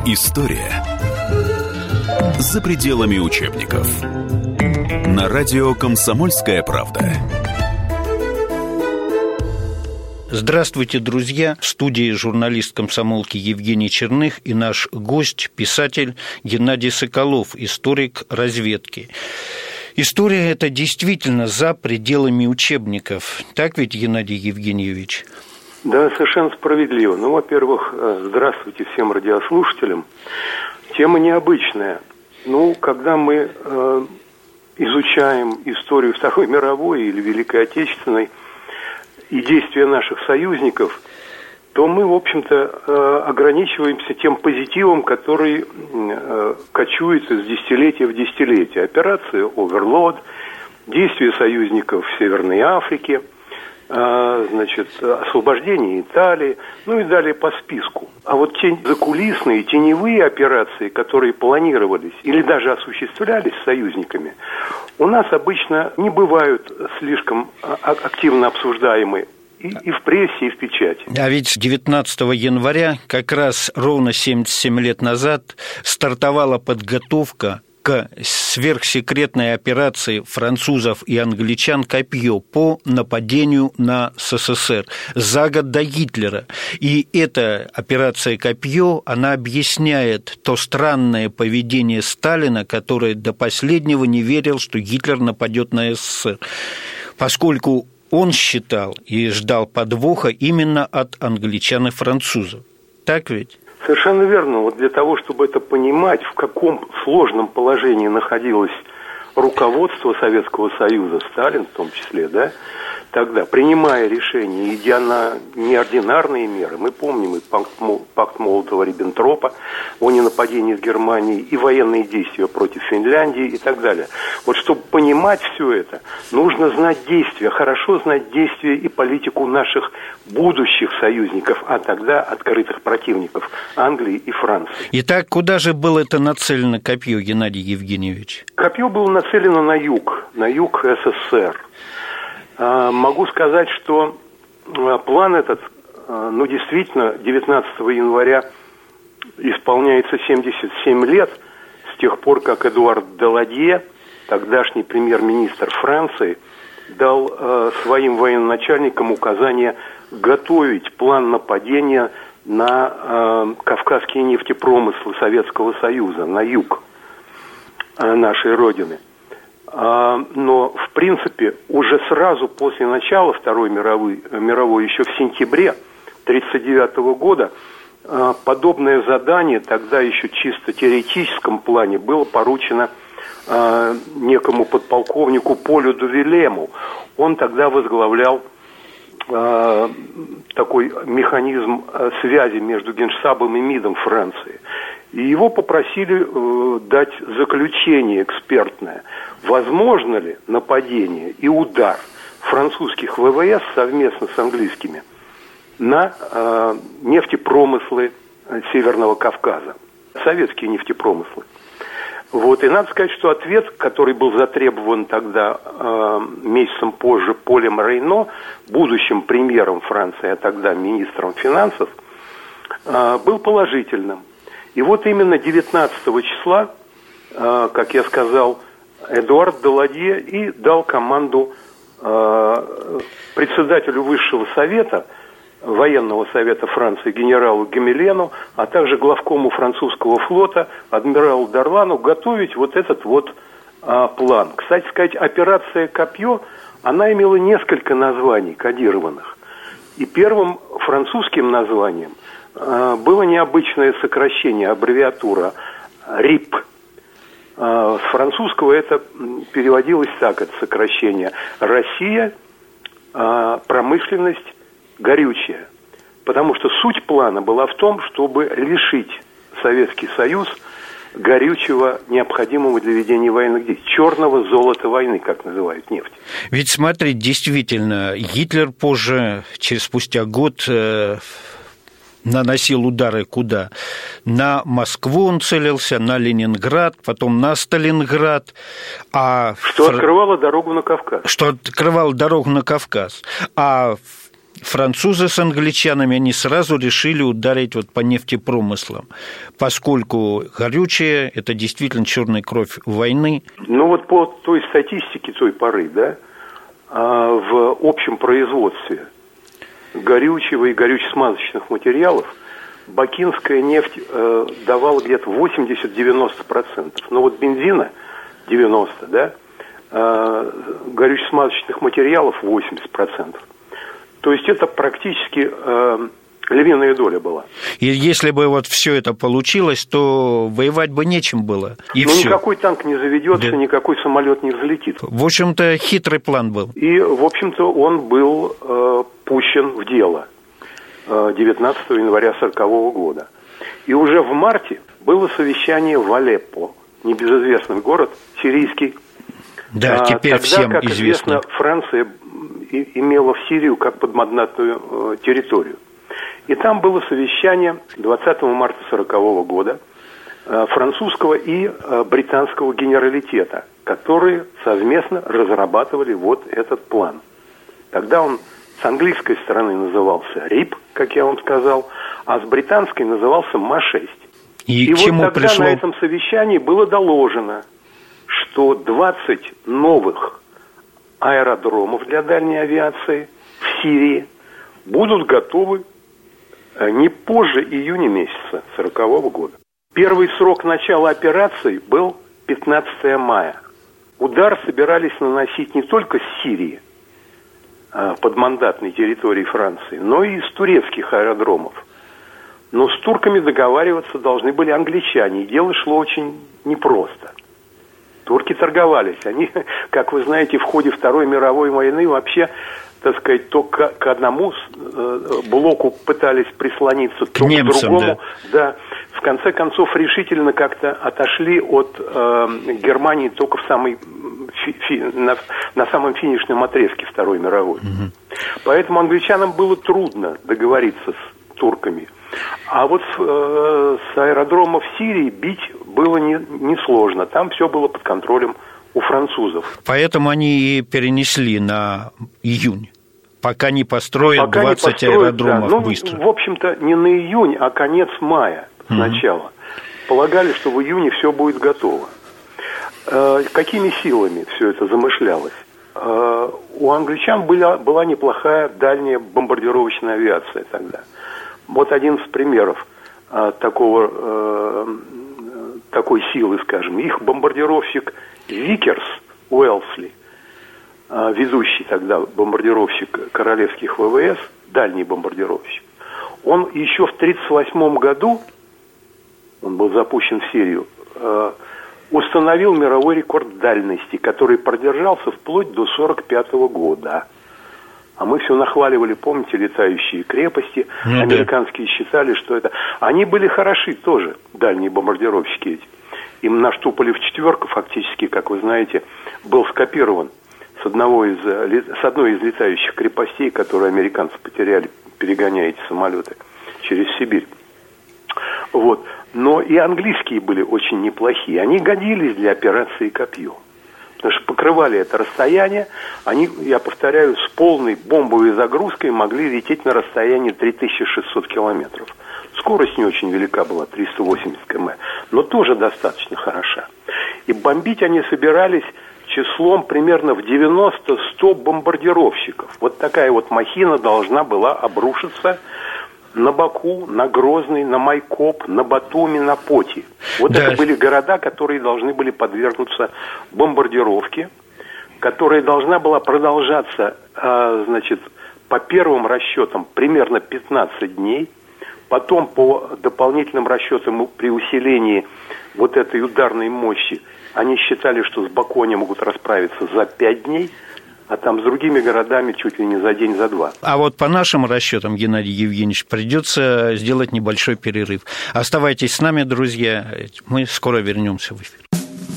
История за пределами учебников. На радио «Комсомольская правда». Здравствуйте, друзья! В студии журналист комсомолки Евгений Черных и наш гость, писатель Геннадий Соколов, историк разведки. История – это действительно за пределами учебников. Так ведь, Геннадий Евгеньевич? Да, совершенно справедливо. Ну, во-первых, здравствуйте всем радиослушателям. Тема необычная. Ну, когда мы изучаем историю Второй мировой или Великой Отечественной и действия наших союзников, то мы, в общем-то, ограничиваемся тем позитивом, который кочует из десятилетия в десятилетие. Операция «Оверлорд», действия союзников в Северной Африке, освобождение Италии, ну и далее по списку. А вот те закулисные, теневые операции, которые планировались или даже осуществлялись союзниками, у нас обычно не бывают слишком активно обсуждаемы и в прессе, и в печати. А ведь 19 января, как раз ровно 77 лет назад, стартовала подготовка к сверхсекретной операции французов и англичан «Копье» по нападению на СССР за год до Гитлера. И эта операция «Копье», она объясняет то странное поведение Сталина, который до последнего не верил, что Гитлер нападет на СССР, поскольку он считал и ждал подвоха именно от англичан и французов. Так ведь? Совершенно верно. Вот для того, чтобы это понимать, в каком сложном положении находилось руководство Советского Союза, Сталин в том числе, да, тогда, принимая решения, идя на неординарные меры, мы помним и пакт Молотова-Риббентропа о ненападении с Германией, и военные действия против Финляндии и так далее. Вот чтобы понимать все это, нужно знать действия, хорошо знать действия и политику наших будущих союзников, а тогда открытых противников Англии и Франции. Итак, куда же было это нацелено копье, Геннадий Евгеньевич? Копье было нацелено на юг СССР. Могу сказать, что план этот, действительно, 19 января исполняется 77 лет с тех пор, как Эдуард Даладье, тогдашний премьер-министр Франции, дал своим военачальникам указание готовить план нападения на кавказские нефтепромыслы Советского Союза, на юг нашей Родины. Но, в принципе, уже сразу после начала Второй мировой, еще в сентябре 1939 года, подобное задание, тогда еще чисто теоретическом плане, было поручено некому подполковнику Полю Дувилему. Он тогда возглавлял такой механизм связи между Генштабом и МИДом Франции. И его попросили дать заключение экспертное, возможно ли нападение и удар французских ВВС совместно с английскими на нефтепромыслы Северного Кавказа, советские нефтепромыслы. Вот. И надо сказать, что ответ, который был затребован тогда месяцем позже Полем Рейно, будущим премьером Франции, а тогда министром финансов, был положительным. И вот именно 19 числа, как я сказал, Эдуард Даладье и дал команду председателю Высшего совета, военного совета Франции генералу Гамилену, а также главкому французского флота адмиралу Дарлану готовить вот этот вот план. Кстати сказать, операция «Копье», она имела несколько названий кодированных. И первым французским названием было необычное сокращение, аббревиатура РИП. С французского это переводилось так, это сокращение: Россия, промышленность, горючее. Потому что суть плана была в том, чтобы лишить Советский Союз горючего, необходимого для ведения военных действий, черного золота войны, как называют нефть. Ведь, смотрите, действительно, Гитлер позже, спустя год, наносил удары куда? На Москву он целился, на Ленинград, потом на Сталинград. Что открывало дорогу на Кавказ. А французы с англичанами, они сразу решили ударить вот по нефтепромыслам, поскольку горючее – это действительно черная кровь войны. Ну вот по той статистике той поры, да, в общем производстве горючего и горюче-смазочных материалов бакинская нефть давала где-то 80-90%. Но вот бензина 90%, да, горюче-смазочных материалов 80%. То есть это практически львиная доля была. И если бы вот все это получилось, то воевать бы нечем было. И но всё. Никакой танк не заведется, да. Никакой самолет не взлетит. В общем-то, хитрый план был. И, в общем-то, он был пущен в дело 19 января 1940 года. И уже в марте было совещание в Алеппо, небезызвестный город, сирийский. Да, теперь тогда, всем как известно. Франция имела в Сирию как подмандатную территорию. И там было совещание 20 марта 1940 года французского и британского генералитета, которые совместно разрабатывали вот этот план. Тогда он с английской стороны назывался РИП, как я вам сказал, а с британской назывался МА-6. И вот тогда пришло... на этом совещании было доложено, что 20 новых аэродромов для дальней авиации в Сирии будут готовы не позже июня месяца 1940 года. Первый срок начала операции был 15 мая. Удар собирались наносить не только с Сирии, подмандатной территории Франции, но и из турецких аэродромов. Но с турками договариваться должны были англичане, и дело шло очень непросто. Турки торговались. Они, как вы знаете, в ходе Второй мировой войны вообще, так сказать, то к одному блоку пытались прислониться, то к другому. Да. В конце концов, решительно как-то отошли от Германии только на самом финишном отрезке Второй мировой. Угу. Поэтому англичанам было трудно договориться с турками. А вот с аэродрома в Сирии бить было несложно. Там все было под контролем у французов. Поэтому они и перенесли на июнь, пока не построят 20 аэродромов, да. Быстро. В общем-то, не на июнь, а конец мая сначала. Полагали, что в июне все будет готово. Какими силами все это замышлялось? У англичан была неплохая дальняя бомбардировочная авиация тогда. Вот один из примеров такой силы, скажем. Их бомбардировщик Викерс Уэлсли, ведущий тогда бомбардировщик королевских ВВС, дальний бомбардировщик, он еще в 1938 году, он был запущен в Сирию, установил мировой рекорд дальности, который продержался вплоть до 1945 года. А мы все нахваливали, помните, летающие крепости. Американские считали, что это... Они были хороши тоже, дальние бомбардировщики эти. Им наш Туполев четверка фактически, как вы знаете, был скопирован с одной из летающих крепостей, которые американцы потеряли, перегоняя эти самолеты через Сибирь. Вот. Но и английские были очень неплохие. Они годились для операции «Копье». Потому что покрывали это расстояние, они, я повторяю, с полной бомбовой загрузкой могли лететь на расстоянии 3600 километров. Скорость не очень велика была, 380 км, но тоже достаточно хороша. И бомбить они собирались числом примерно в 90-100 бомбардировщиков. Вот такая вот махина должна была обрушиться на Баку, на Грозный, на Майкоп, на Батуми, на Поти. Вот да. Это были города, которые должны были подвергнуться бомбардировке, которая должна была продолжаться, по первым расчетам примерно 15 дней, потом по дополнительным расчетам при усилении вот этой ударной мощи они считали, что с Баку они могут расправиться за 5 дней, а там с другими городами чуть ли не за день, за два. А вот по нашим расчетам, Геннадий Евгеньевич, придется сделать небольшой перерыв. Оставайтесь с нами, друзья. Мы скоро вернемся в эфир.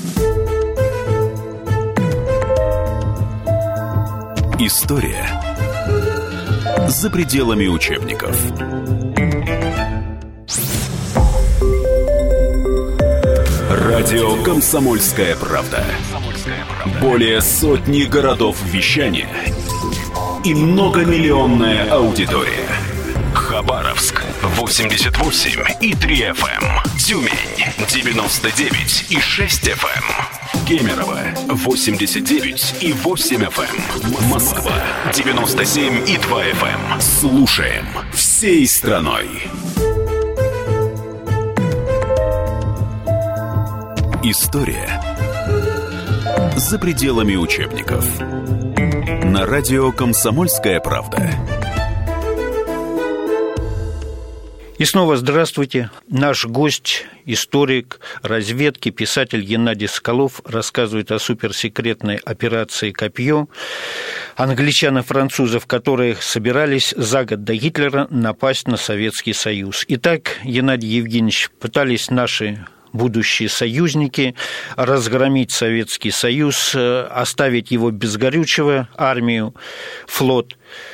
История за пределами учебников. Радио «Комсомольская правда». Более сотни городов вещания и многомиллионная аудитория. Хабаровск 88,3 FM, Тюмень 99,6 FM, Кемерово 89,8 FM, Москва 97,2 FM. Слушаем всей страной. История за пределами учебников. На радио «Комсомольская правда». И снова здравствуйте. Наш гость, историк разведки, писатель Геннадий Соколов рассказывает о суперсекретной операции «Копье» англичан и французов, которые собирались за год до Гитлера напасть на Советский Союз. Итак, Геннадий Евгеньевич, пытались наши будущие союзники разгромить Советский Союз, оставить его без горючего, армию, флот,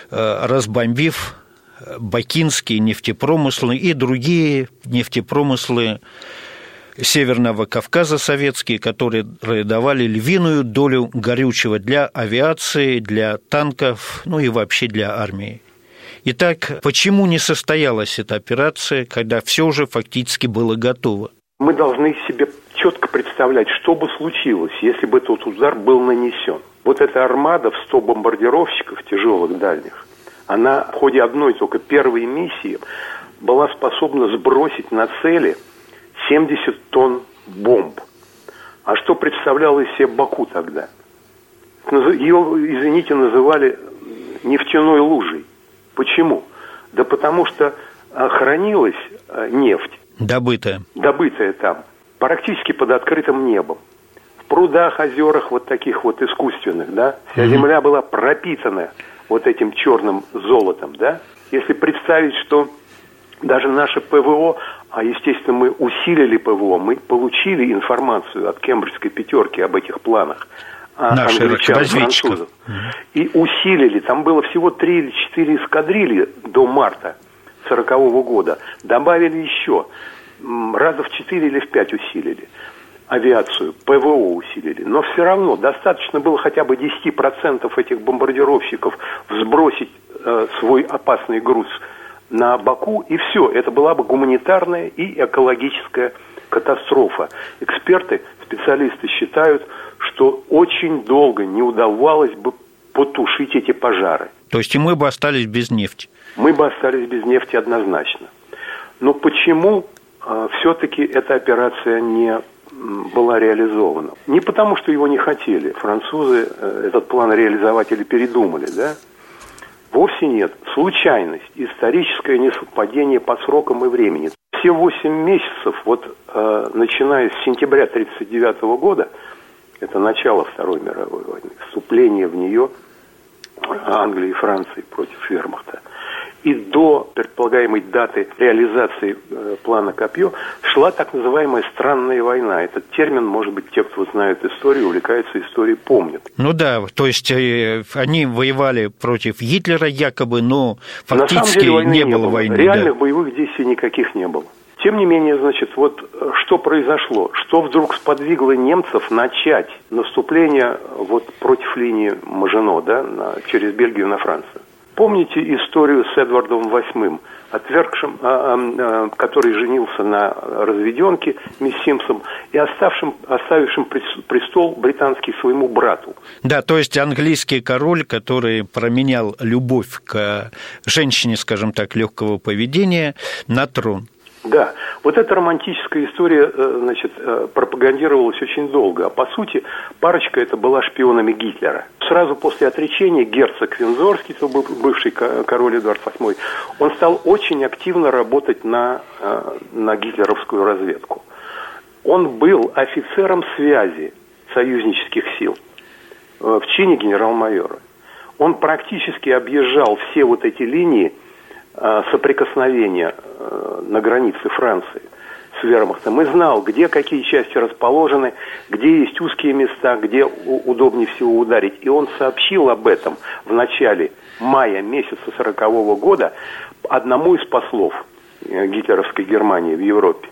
разбомбив бакинские нефтепромыслы и другие нефтепромыслы Северного Кавказа советские, которые давали львиную долю горючего для авиации, для танков, ну и вообще для армии. Итак, почему не состоялась эта операция, когда все уже фактически было готово? Мы должны себе четко представлять, что бы случилось, если бы этот удар был нанесен. Вот эта армада в 100 бомбардировщиков тяжелых дальних, она в ходе одной только первой миссии была способна сбросить на цели 70 тонн бомб. А что представляло из себя Баку тогда? Ее, извините, называли нефтяной лужей. Почему? Да потому что хранилась нефть. Добытая там, практически под открытым небом. В прудах, озерах вот таких вот искусственных, да, вся земля была пропитана вот этим черным золотом, да. Если представить, что даже наше ПВО, а естественно мы усилили ПВО, мы получили информацию от Кембриджской пятерки об этих планах англичан, французов, и усилили, там было всего 3 или 4 эскадрильи до марта 1940 года, добавили еще, раза в 4 или в 5 усилили авиацию, ПВО усилили, но все равно достаточно было хотя бы 10% этих бомбардировщиков сбросить свой опасный груз на Баку, и все, это была бы гуманитарная и экологическая катастрофа. Эксперты, специалисты считают, что очень долго не удавалось бы потушить эти пожары. То есть и мы бы остались без нефти? Мы бы остались без нефти однозначно. Но почему все-таки эта операция не была реализована? Не потому, что его не хотели. Французы этот план реализовать или передумали, да? Вовсе нет. Случайность, историческое несовпадение по срокам и времени. Все 8 месяцев, вот начиная с сентября 1939 года, это начало Второй мировой войны, вступление в нее Англии и Франции против вермахта, и до предполагаемой даты реализации плана «Копье» шла так называемая «странная война». Этот термин, может быть, те, кто знает историю, увлекается историей, помнят. Ну да, то есть они воевали против Гитлера якобы, но фактически не было войны. Реальных боевых действий никаких не было. Тем не менее, значит, вот что произошло? Что вдруг сподвигло немцев начать наступление вот против линии Мажино, да, через Бельгию на Францию? Помните историю с Эдвардом VIII, отвергшим, который женился на разведенке мисс Симпсон и оставившим престол британский своему брату? Да, то есть английский король, который променял любовь к женщине, скажем так, легкого поведения на трон. Да, вот эта романтическая история, значит, пропагандировалась очень долго, а по сути парочка эта была шпионами Гитлера. Сразу после отречения герцог Виндзорский, то был бывший король Эдуард VIII, он стал очень активно работать на гитлеровскую разведку. Он был офицером связи союзнических сил в чине генерал-майора. Он практически объезжал все вот эти линии соприкосновения на границе Франции с вермахтом и знал, где какие части расположены, где есть узкие места, где удобнее всего ударить. И он сообщил об этом в начале мая месяца 1940 года одному из послов гитлеровской Германии в Европе.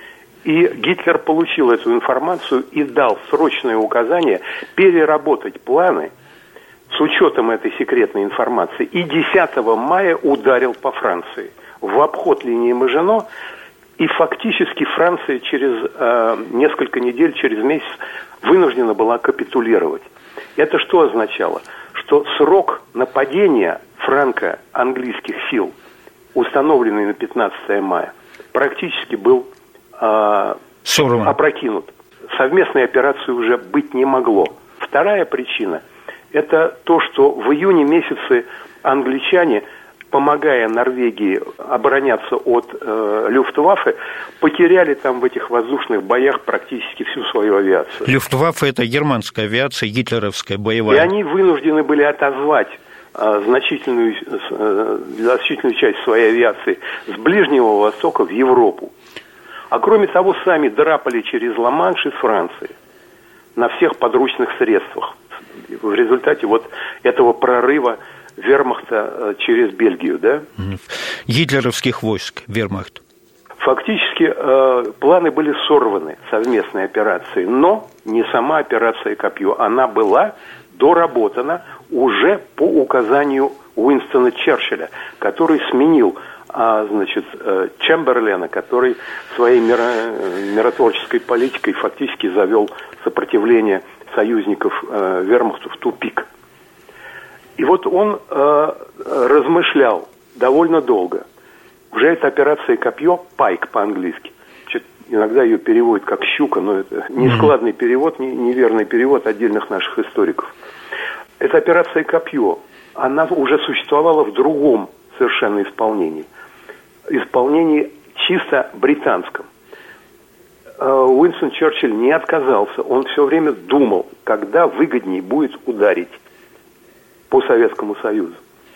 И Гитлер получил эту информацию и дал срочное указание переработать планы с учетом этой секретной информации, и 10 мая ударил по Франции в обход линии Мажино, и фактически Франция через несколько недель, через месяц вынуждена была капитулировать. Это что означало? Что срок нападения франко-английских сил, установленный на 15 мая, практически был опрокинут. Совместной операции уже быть не могло. Вторая причина – это то, что в июне месяце англичане, помогая Норвегии обороняться от Люфтваффе, потеряли там в этих воздушных боях практически всю свою авиацию. Люфтваффе – это германская авиация, гитлеровская боевая. И они вынуждены были отозвать значительную часть своей авиации с Ближнего Востока в Европу. А кроме того, сами драпали через Ла-Манш из Франции на всех подручных средствах. В результате вот этого прорыва вермахта через Бельгию, да? Гитлеровских войск, вермахт. Фактически планы были сорваны совместной операции, но не сама операция «Копье». Она была доработана уже по указанию Уинстона Черчилля, который сменил Чемберлена, который своей миротворческой политикой фактически завел сопротивление союзников вермахту в тупик. И вот он размышлял довольно долго. Уже эта операция «Копье», «Пайк» по-английски, иногда ее переводят как «щука», но это нескладный перевод, неверный перевод отдельных наших историков. Эта операция «Копье», она уже существовала в другом совершенно исполнении чисто британском. Уинстон Черчилль не отказался, он все время думал, когда выгоднее будет ударить по Советскому Союзу.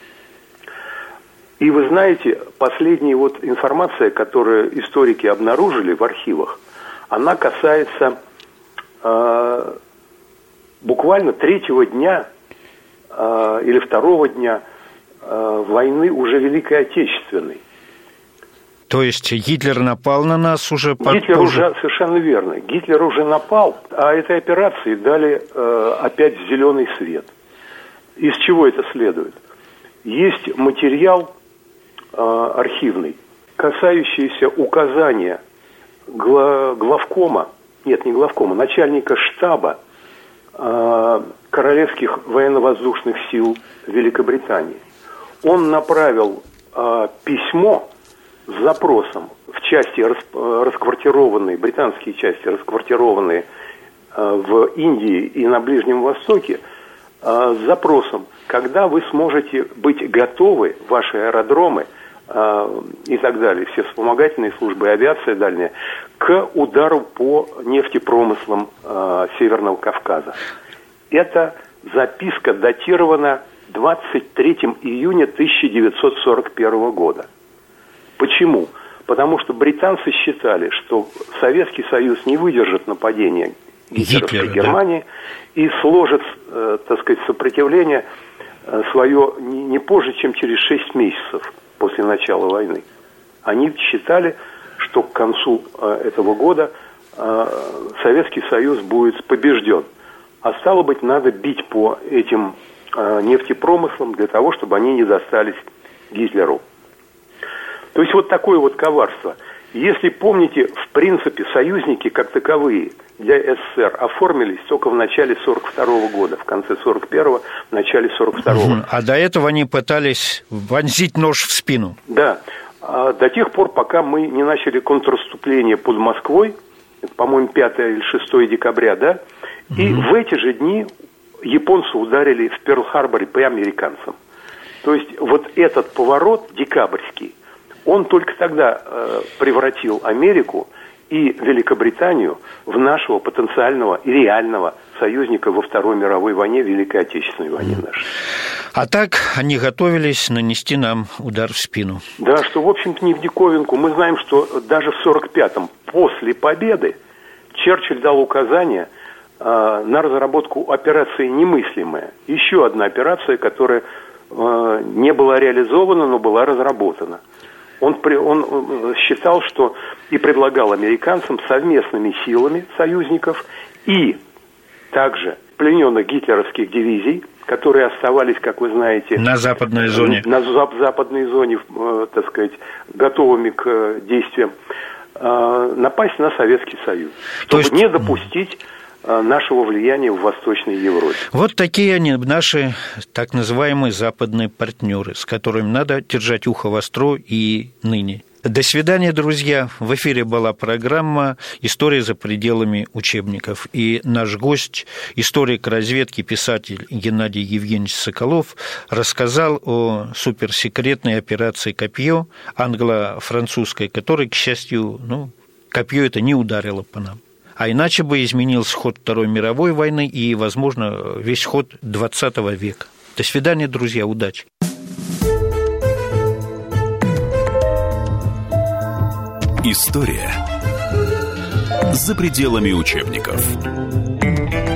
И вы знаете, последняя вот информация, которую историки обнаружили в архивах, она касается буквально 3-го дня или 2-го дня войны уже Великой Отечественной. То есть Гитлер напал на нас уже Гитлер уже, совершенно верно, Гитлер уже напал, а этой операции дали опять зеленый свет. Из чего это следует? Есть материал архивный, касающийся указания начальника штаба Королевских военно-воздушных сил Великобритании. Он направил письмо с запросом в части расквартированные, британские части, расквартированные в Индии и на Ближнем Востоке, с запросом, когда вы сможете быть готовы, ваши аэродромы и так далее, все вспомогательные службы, авиация дальняя, к удару по нефтепромыслам Северного Кавказа. Эта записка датирована 23 июня 1941 года. Почему? Потому что британцы считали, что Советский Союз не выдержит нападения гитлеровской Германии, да, и сложит, сопротивление свое не позже, чем через 6 месяцев после начала войны. Они считали, что к концу этого года Советский Союз будет побежден. А стало быть, надо бить по этим нефтепромыслам для того, чтобы они не достались Гитлеру. То есть вот такое вот коварство. Если помните, в принципе, союзники как таковые для СССР оформились только в начале 1942 года, в конце 1941-го, в начале 1942-го. А до этого они пытались вонзить нож в спину. Да. До тех пор, пока мы не начали контрнаступление под Москвой, это, по-моему, 5 или 6 декабря, да, и в эти же дни японцы ударили в Перл-Харборе по американцам. То есть вот этот поворот декабрьский, он только тогда превратил Америку и Великобританию в нашего потенциального и реального союзника во Второй мировой войне, Великой Отечественной войне нашей. А так они готовились нанести нам удар в спину. Да, что, в общем-то, не в диковинку. Мы знаем, что даже в 1945-м, после победы, Черчилль дал указание на разработку операции «Немыслимая». Еще одна операция, которая не была реализована, но была разработана. Он считал, что и предлагал американцам совместными силами союзников и также плененных гитлеровских дивизий, которые оставались, как вы знаете, на западной зоне, западной зоне, так сказать, готовыми к действиям, напасть на Советский Союз, чтобы не допустить нашего влияния в Восточной Европе. Вот такие они, наши так называемые западные партнеры, с которыми надо держать ухо востро и ныне. До свидания, друзья. В эфире была программа «История за пределами учебников». И наш гость, историк разведки, писатель Геннадий Евгеньевич Соколов, рассказал о суперсекретной операции «Копье» англо-французской, которой, к счастью, копье это не ударило по нам. А иначе бы изменился ход Второй мировой войны и, возможно, весь ход XX века. До свидания, друзья. Удачи. История за пределами учебников.